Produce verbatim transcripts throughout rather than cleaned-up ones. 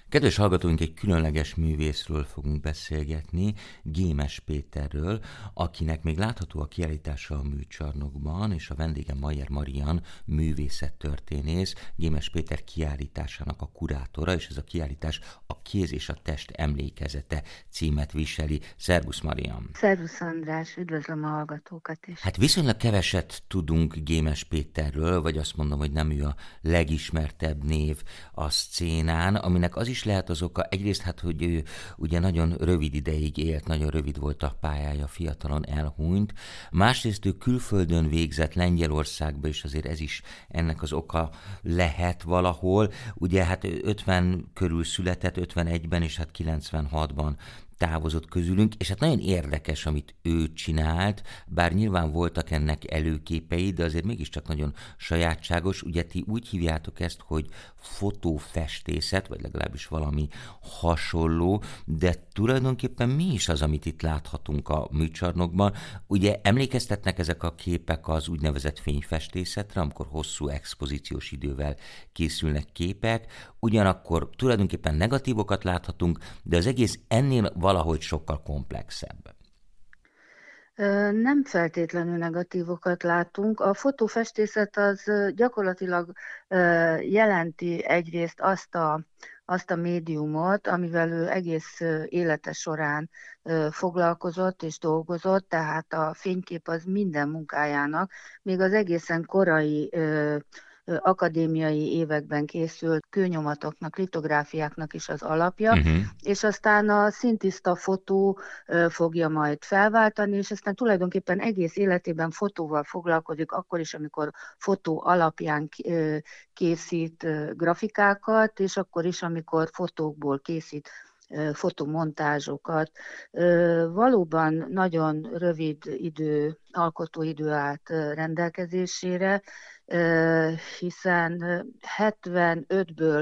Kedves hallgatóink, egy különleges művészről fogunk beszélgetni, Gémes Péterről, akinek még látható a kiállítása a Műcsarnokban, és a vendége Mayer Marian művészettörténész, Gémes Péter kiállításának a kurátora, és ez a kiállítás a Kéz és a test emlékezete címet viseli. Szervusz, Marian! Szervusz, András, üdvözlöm a hallgatókat is. Hát viszonylag keveset tudunk Gémes Péterről, vagy azt mondom, hogy nem ő a legismertebb név a szcénán, aminek az is lehet az oka, egyrészt hát, hogy ő ugye nagyon rövid ideig élt, nagyon rövid volt a pályája, fiatalon elhunyt, másrészt ő külföldön végzett, Lengyelországba, és azért ez is ennek az oka lehet valahol, ugye hát ötven körül született, ötvenegyben, és hát kilencvenhatban távozott közülünk, és hát nagyon érdekes, amit ő csinált, bár nyilván voltak ennek előképei, de azért mégiscsak nagyon sajátságos. Ugye ti úgy hívjátok ezt, hogy fotófestészet, vagy legalábbis valami hasonló, de tulajdonképpen mi is az, amit itt láthatunk a Műcsarnokban? Ugye emlékeztetnek ezek a képek az úgynevezett fényfestészetre, amikor hosszú expozíciós idővel készülnek képek, ugyanakkor tulajdonképpen negatívokat láthatunk, de az egész ennél valahogy sokkal komplexebb. Nem feltétlenül negatívokat látunk. A fotófestészet az gyakorlatilag jelenti egyrészt azt a, azt a médiumot, amivel ő egész élete során foglalkozott és dolgozott, tehát a fénykép az minden munkájának, még az egészen korai akadémiai években készült kőnyomatoknak, litográfiáknak is az alapja, Uh-huh. és aztán a szintiszta fotó fogja majd felváltani, és aztán tulajdonképpen egész életében fotóval foglalkozik, akkor is, amikor fotó alapján készít grafikákat, és akkor is, amikor fotókból készít fotomontázsokat. Valóban nagyon rövid idő, alkotóidő állt rendelkezésére, hiszen hetvenötből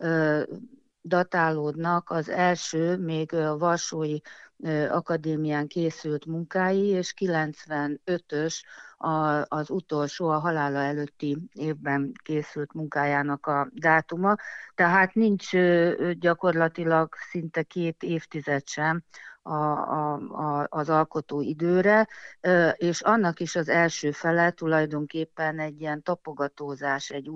datálódnak az első, még a Varsói Akadémián készült munkái, és kilencvenötös az utolsó, a halála előtti évben készült munkájának a dátuma, tehát nincs gyakorlatilag szinte két évtized sem a, a, a, az alkotó időre, és annak is az első fele tulajdonképpen egy ilyen tapogatózás, egy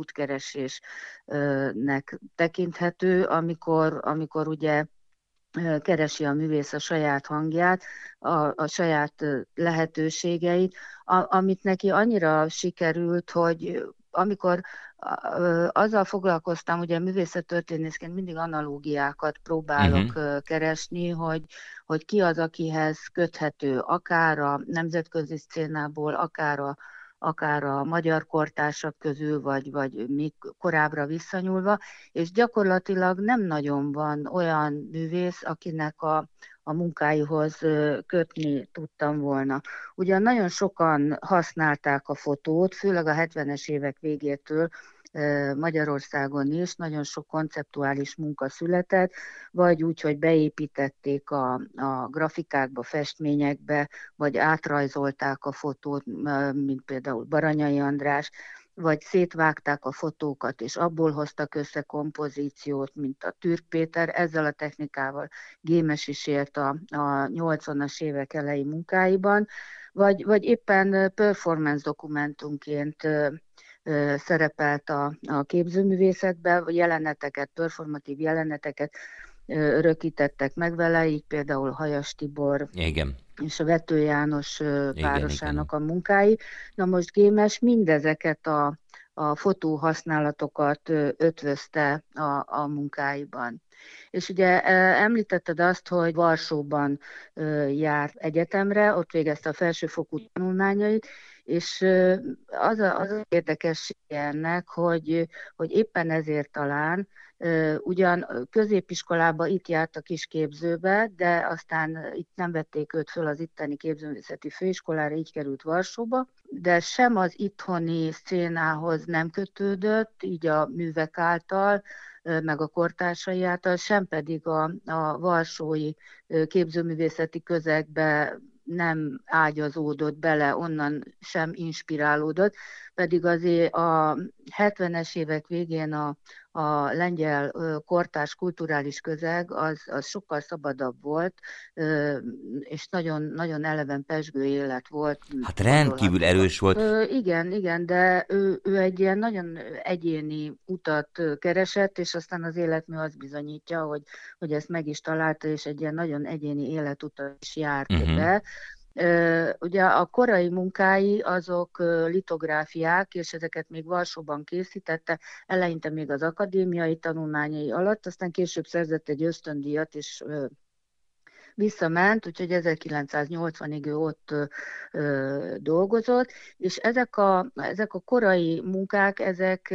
útkeresésnek tekinthető, amikor, amikor ugye keresi a művész a saját hangját, a, a saját lehetőségeit, a, amit neki annyira sikerült, hogy amikor azzal foglalkoztam, ugye művészettörténészként mindig analógiákat próbálok Uh-huh. keresni, hogy, hogy ki az, akihez köthető, akár a nemzetközi szcénából, akár a akár a magyar kortársak közül, vagy, vagy még korábbra visszanyúlva, és gyakorlatilag nem nagyon van olyan művész, akinek a, a munkáihoz kötni tudtam volna. Ugyan nagyon sokan használták a fotót, főleg a hetvenes évek végétől, Magyarországon is nagyon sok konceptuális munka született, vagy úgy, hogy beépítették a, a grafikákba, festményekbe, vagy átrajzolták a fotót, mint például Baranyai András, vagy szétvágták a fotókat, és abból hoztak össze kompozíciót, mint a Türk Péter. Ezzel a technikával Gémes is élt a, a nyolcvanas évek elejé munkáiban, vagy, vagy éppen performance dokumentumként szerepelt a, a képzőművészetben, jeleneteket, performatív jeleneteket örökítettek meg vele, így például Hajas Tibor Igen. és a Vető János párosának igen, a munkái. Na most Gémes mindezeket a, a fotóhasználatokat ötvözte a, a munkáiban. És ugye említetted azt, hogy Varsóban járt egyetemre, ott végezte a felsőfokú tanulmányait, és az a, az az érdekes ennek, hogy, hogy éppen ezért talán ugyan középiskolába itt járt a kisképzőbe, de aztán itt nem vették őt föl az itteni képzőművészeti főiskolára, így került Varsóba, de sem az itthoni szcénához nem kötődött, így a művek által, meg a kortársai által, sem pedig a, a varsói képzőművészeti közegbe nem ágyazódott bele, onnan sem inspirálódott, pedig azért a hetvenes évek végén a, a lengyel kortárs kulturális közeg az, az sokkal szabadabb volt, és nagyon, nagyon eleven pezsgő élet volt, Hát rendkívül gondolhatunk. erős volt. Ö, igen, igen, de ő, ő egy ilyen nagyon egyéni utat keresett, és aztán az életmű az bizonyítja, hogy, hogy ezt meg is találta, és egy ilyen nagyon egyéni életutat is járt Uh-huh. be. Ugye a korai munkái azok litográfiák, és ezeket még Varsóban készítette, eleinte még az akadémiai tanulmányai alatt, aztán később szerzett egy ösztöndíjat, és visszament, úgyhogy ezerkilencszáznyolcvanig ő ott ö, dolgozott, és ezek a, ezek a korai munkák, ezek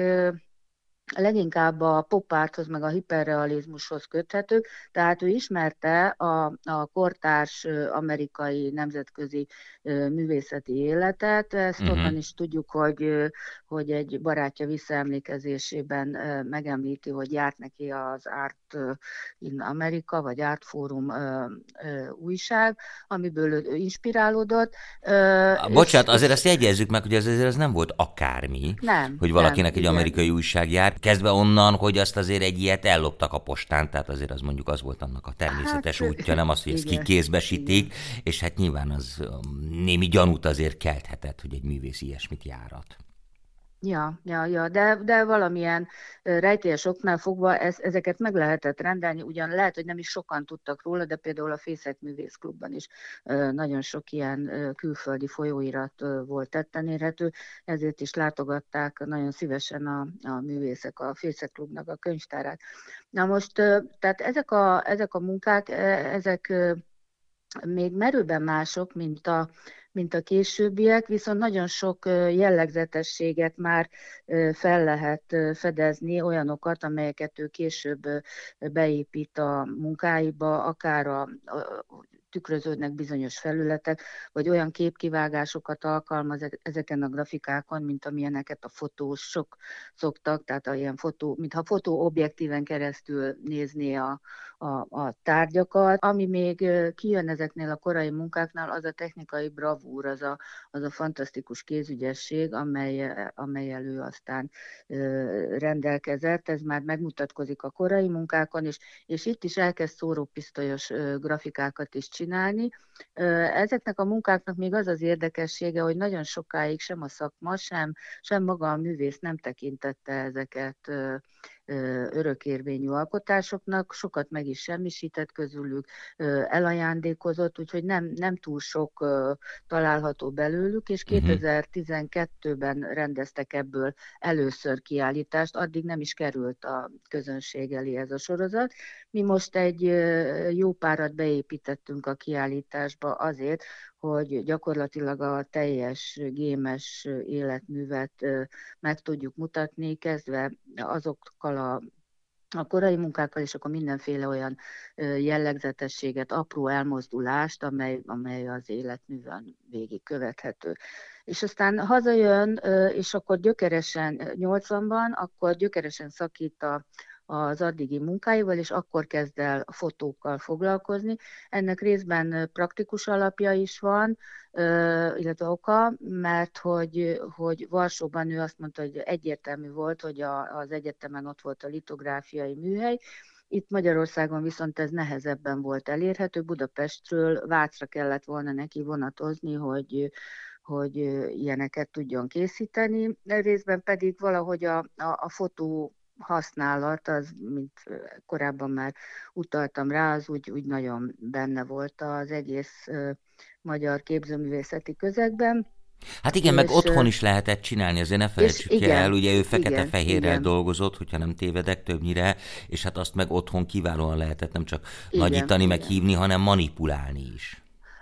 leginkább a pop-arthoz, meg a hiperrealizmushoz köthetők, tehát ő ismerte a, a kortárs amerikai nemzetközi művészeti életet. Ezt uh-huh. onnan is tudjuk, hogy, hogy egy barátja visszaemlékezésében megemlíti, hogy járt neki az Art in America, vagy Art Forum újság, amiből ő inspirálódott. Bocsánat, és, azért és... azt jegyezzük meg, hogy ez, azért ez nem volt akármi, nem, hogy valakinek nem, egy igen. amerikai újság jár, kezdve onnan, hogy azt azért egy ilyet elloptak a postán, tehát azért az mondjuk az volt annak a természetes hát, útja, nem az, hogy igen, ezt kikézbesítik, igen. És hát nyilván az némi gyanút azért kelthetett, hogy egy művész ilyesmit járat. Ja, ja, ja, de, de valamilyen rejtélyes oknál fogva ez, ezeket meg lehetett rendelni, ugyan lehet, hogy nem is sokan tudtak róla, de például a Fészek Művészklubban is nagyon sok ilyen külföldi folyóirat volt tetten érhető, ezért is látogatták nagyon szívesen a, a művészek a Fészek Klubnak a könyvtárát. Na most, tehát ezek a, ezek a munkák, ezek még merőben mások, mint a mint a későbbiek, viszont nagyon sok jellegzetességet már fel lehet fedezni, olyanokat, amelyeket ő később beépít a munkáiba, akár a, a tükröződnek bizonyos felületek, vagy olyan képkivágásokat alkalmaz ezeken a grafikákon, mint amilyeneket a fotósok szoktak, tehát a ilyen fotó, mintha fotóobjektíven keresztül nézné a, a, a tárgyakat. Ami még kijön ezeknél a korai munkáknál, az a technikai bravúr, az a, az a fantasztikus kézügyesség, amely, amelyel ő aztán rendelkezett. Ez már megmutatkozik a korai munkákon, és, és itt is elkezd szórópisztolyos grafikákat is csinálni. Ezeknek a munkáknak még az az érdekessége, hogy nagyon sokáig sem a szakma, sem, sem maga a művész nem tekintette ezeket örökérvényű alkotásoknak, sokat meg is semmisített közülük, elajándékozott, úgyhogy nem, nem túl sok található belőlük, és kétezer-tizenkettőben rendeztek ebből először kiállítást, addig nem is került a közönség elé ez a sorozat. Mi most egy jó párat beépítettünk a kiállításba azért, hogy gyakorlatilag a teljes gémes életművet meg tudjuk mutatni, kezdve azokkal a a korai munkákkal, és akkor mindenféle olyan jellegzetességet, apró elmozdulást, amely, amely az életművön végig követhető. És aztán hazajön, és akkor gyökeresen nyolcvanban, akkor gyökeresen szakít a az addigi munkáival, és akkor kezd el a fotókkal foglalkozni. Ennek részben praktikus alapja is van, illetve oka, mert hogy, hogy Varsóban ő azt mondta, hogy egyértelmű volt, hogy a, az egyetemen ott volt a litográfiai műhely, itt Magyarországon viszont ez nehezebben volt elérhető, Budapestről Vácra kellett volna neki vonatozni, hogy, hogy ilyeneket tudjon készíteni. Részben pedig valahogy a, a, a fotó használat, az, mint korábban már utaltam rá, az úgy, úgy nagyon benne volt az egész uh, magyar képzőművészeti közegben. Hát igen, és, meg otthon is lehetett csinálni, azért ne felejtsük igen, el, ugye ő fekete-fehérrel igen. dolgozott, hogyha nem tévedek többnyire, és hát azt meg otthon kiválóan lehetett nem csak igen, nagyítani, igen. meg hívni, hanem manipulálni is.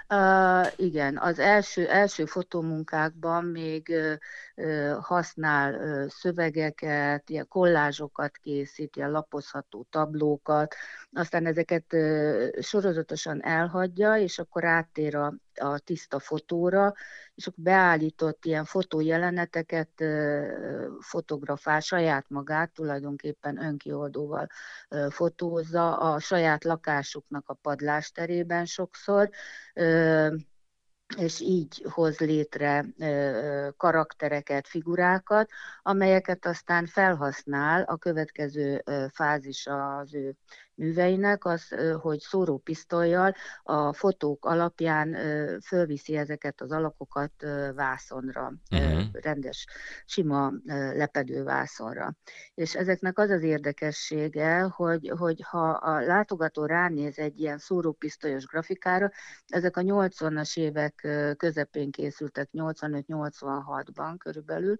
Uh, igen, az első, első fotómunkákban még uh, uh, használ uh, szövegeket, ilyen kollázsokat készít, ilyen lapozható tablókat, aztán ezeket uh, sorozatosan elhagyja, és akkor áttér a, a tiszta fotóra, és akkor beállított ilyen fotójeleneteket uh, fotografál saját magát, tulajdonképpen önkioldóval uh, fotózza a saját lakásuknak a padlásterében sokszor, és így hoz létre karaktereket, figurákat, amelyeket aztán felhasznál a következő fázis az ő műveinek, az, hogy szórópisztollyal a fotók alapján fölviszi ezeket az alakokat vászonra, Uh-huh. rendes, sima lepedő vászonra. És ezeknek az az érdekessége, hogy, hogy ha a látogató ránéz egy ilyen szórópisztolyos grafikára, ezek a nyolcvanas évek közepén készültek, nyolcvanöt-nyolcvanhatban körülbelül,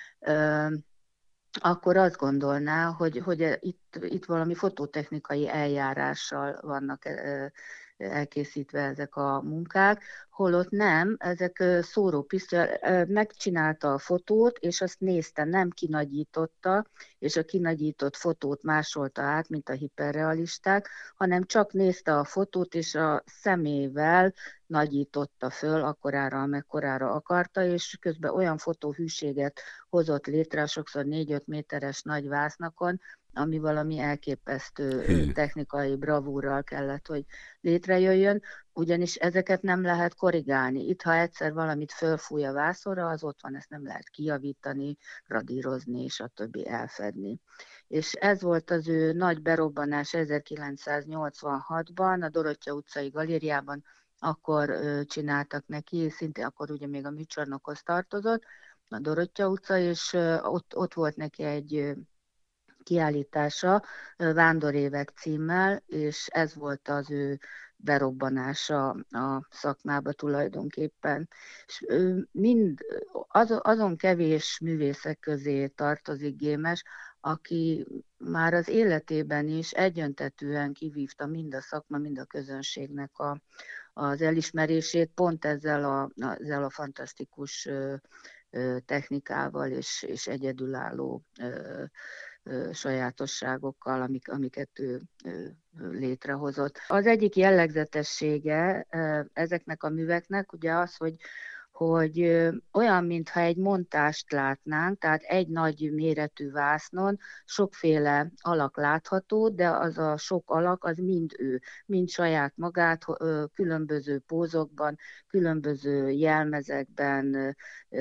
akkor azt gondolná, hogy, hogy itt, itt valami fototechnikai eljárással vannak elkészítve ezek a munkák, holott nem, ezek szórópisztoly, megcsinálta a fotót, és azt nézte, nem kinagyította, és a kinagyított fotót másolta át, mint a hiperrealisták, hanem csak nézte a fotót, és a szemével nagyította föl akkorára, amekkorára akarta, és közben olyan fotóhűséget hozott létre, sokszor négy-öt méteres nagy vásznakon, ami valami elképesztő Hű. technikai bravúrral kellett, hogy létrejöjjön, ugyanis ezeket nem lehet korrigálni. Itt, ha egyszer valamit fölfúj a vászonra, az ott van, ezt nem lehet kijavítani, radírozni, és a többi elfedni. És ez volt az ő nagy berobbanás ezerkilencszáznyolcvanhatban, a Dorottya utcai galériában, akkor ö, csináltak neki, szintén akkor ugye még a műcsarnokhoz tartozott, a Dorottya utca, és ö, ott, ott volt neki egy ö, kiállítása Vándorévek címmel, és ez volt az ő berobbanása a szakmába tulajdonképpen. És mind azon kevés művészek közé tartozik Gémes, aki már az életében is egyöntetűen kivívta mind a szakma, mind a közönségnek a, az elismerését, pont ezzel a, ezzel a fantasztikus technikával és, és egyedülálló sajátosságokkal, amik, amiket ő, ő létrehozott. Az egyik jellegzetessége ezeknek a műveknek ugye az, hogy hogy olyan, mintha egy montást látnánk, tehát egy nagy méretű vásznon sokféle alak látható, de az a sok alak, az mind ő, mind saját magát különböző pózokban, különböző jelmezekben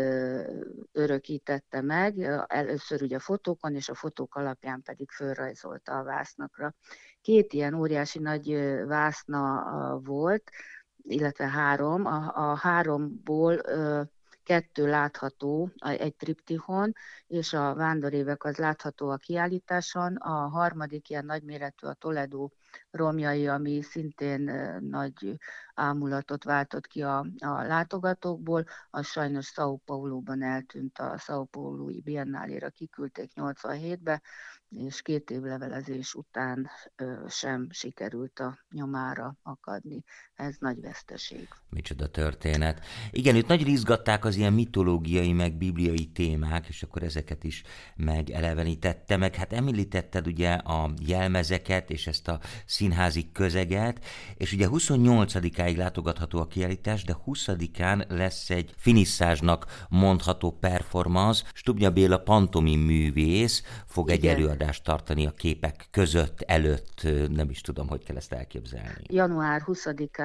örökítette meg, először ugye a fotókon, és a fotók alapján pedig fölrajzolta a vásznakra. Két ilyen óriási nagy vászna volt, illetve három. A, a háromból ö, kettő látható egy triptihon, és a Vándorévek az látható a kiállításon. A harmadik ilyen nagyméretű a Toledo romjai, ami szintén ö, nagy ámulatot váltott ki a, a látogatókból. Az sajnos São Paulo-ban eltűnt, a São Paulo-i Biennáléra kiküldték nyolcvanhétbe, és két év levelezés után ö, sem sikerült a nyomára akadni. Ez nagy veszteség. Micsoda történet. Igen, őt nagyon izgatták az ilyen mitológiai, meg bibliai témák, és akkor ezeket is megelevenítette, meg hát említetted ugye a jelmezeket, és ezt a színházi közeget, és ugye huszonnyolcadikáig látogatható a kiállítás, de huszadikán lesz egy finisszázsnak mondható performance. Stubnya Béla pantomim művész fog egy Igen. előadást tartani a képek között, előtt, nem is tudom, hogy kell ezt elképzelni. január huszadikán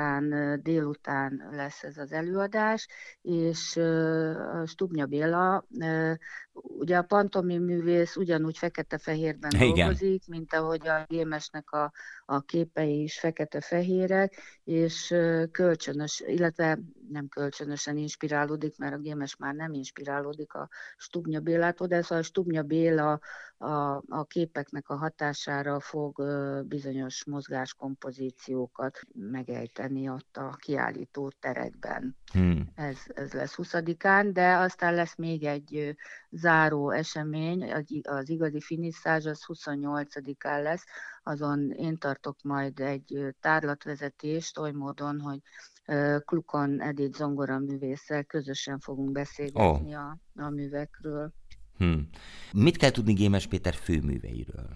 délután lesz ez az előadás, és Stubnya Béla, ugye a pantomim művész ugyanúgy fekete-fehérben Igen. dolgozik, mint ahogy a Gémesnek a, a képei is fekete-fehérek, és kölcsönös, illetve nem kölcsönösen inspirálódik, mert a Gémes már nem inspirálódik a Stubnya Bélától, de szóval a Stubnya Béla a, a képeknek a hatására fog bizonyos mozgáskompozíciókat megejteni ott a kiállító terekben. Hmm. Ez, ez lesz huszadikán, de aztán lesz még egy záró esemény, az igazi finisszázs, az huszonnyolcadikán lesz, azon én tartok majd egy tárlatvezetést oly módon, hogy Klukon Edith zongoraművésszel közösen fogunk beszélgetni oh. a, a művekről. Hmm. Mit kell tudni Gémes Péter főműveiről?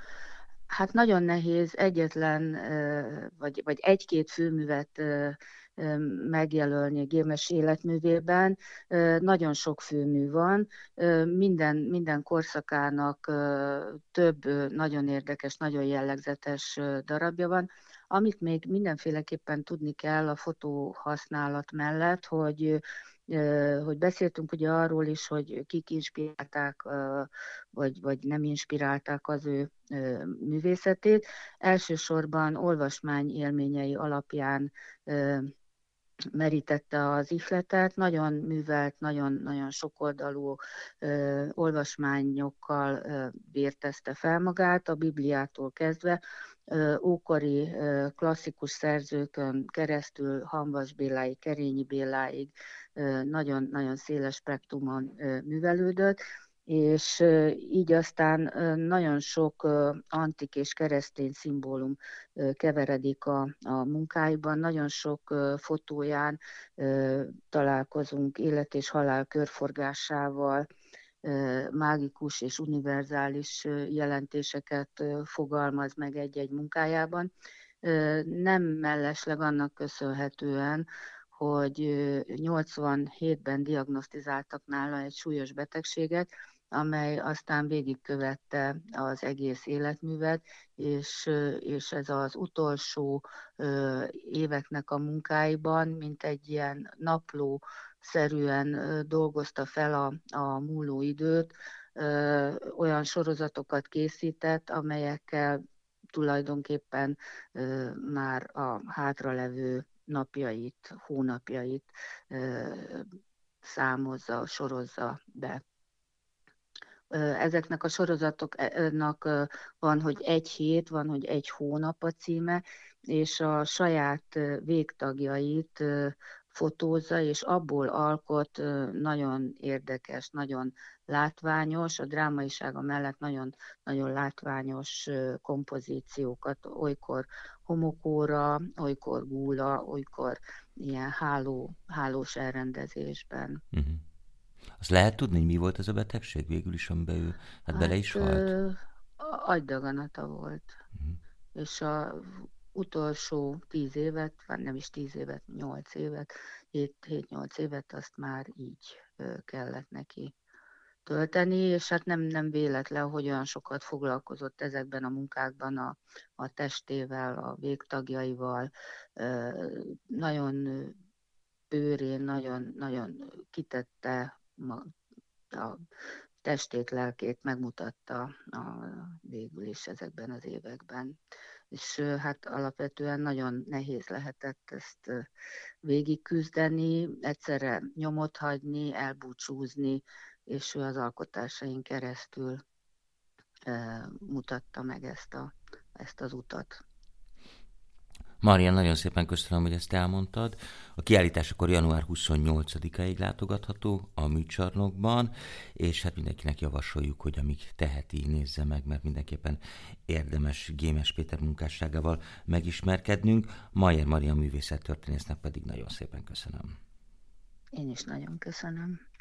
Hát nagyon nehéz egyetlen, vagy, vagy egy-két főművet megjelölni Gémes életművében. Nagyon sok főmű van, minden, minden korszakának több nagyon érdekes, nagyon jellegzetes darabja van. Amit még mindenféleképpen tudni kell a fotó használat mellett, hogy hogy beszéltünk ugye arról is, hogy kik inspirálták, vagy, vagy nem inspirálták az ő művészetét. Elsősorban olvasmány élményei alapján merítette az ihletet, nagyon művelt, nagyon, nagyon sokoldalú ö, olvasmányokkal ö, vértezte fel magát, a Bibliától kezdve, ö, ókori ö, klasszikus szerzőkön keresztül Hamvas Béláig, Kerényi Béláig ö, nagyon, nagyon széles spektrumon ö, művelődött, és így aztán nagyon sok antik és keresztény szimbólum keveredik a, a munkáiban, nagyon sok fotóján találkozunk élet és halál körforgásával, mágikus és univerzális jelentéseket fogalmaz meg egy-egy munkájában. Nem mellesleg annak köszönhetően, hogy nyolcvanhétben diagnosztizáltak nála egy súlyos betegséget, amely aztán végigkövette az egész életművet, és, és ez az utolsó éveknek a munkáiban, mint egy ilyen naplószerűen dolgozta fel a, a múló időt, olyan sorozatokat készített, amelyekkel tulajdonképpen már a hátralevő napjait, hónapjait számozza, sorozza be. Ezeknek a sorozatoknak van, hogy egy hét, van, hogy egy hónap a címe, és a saját végtagjait fotózza, és abból alkot nagyon érdekes, nagyon látványos, a drámaisága mellett nagyon, nagyon látványos kompozíciókat, olykor homokóra, olykor gúla, olykor ilyen háló, hálós elrendezésben. Uh-huh. Azt lehet tudni, hogy mi volt ez a betegség végül is, amiben ő hát, hát bele is halt? Ö, agydaganata volt. Uh-huh. És a utolsó tíz évet, vagy nem is tíz évet, nyolc évet, hét-nyolc évet, azt már így kellett neki tölteni, és hát nem, nem véletlen, hogy olyan sokat foglalkozott ezekben a munkákban a, a testével, a végtagjaival, nagyon bőrén, nagyon, nagyon kitette a testét, lelkét, megmutatta a, végül is ezekben az években. És hát alapvetően nagyon nehéz lehetett ezt végigküzdeni, egyszerre nyomot hagyni, elbúcsúzni, és ő az alkotásain keresztül e, mutatta meg ezt, a, ezt az utat. Marian, nagyon szépen köszönöm, hogy ezt elmondtad. A kiállítás akkor január huszonnyolcadikáig látogatható a Műcsarnokban, és hát mindenkinek javasoljuk, hogy amíg teheti, nézze meg, mert mindenképpen érdemes Gémes Péter munkásságával megismerkednünk. Mayer Marian művészettörténésznek pedig nagyon szépen köszönöm. Én is nagyon köszönöm.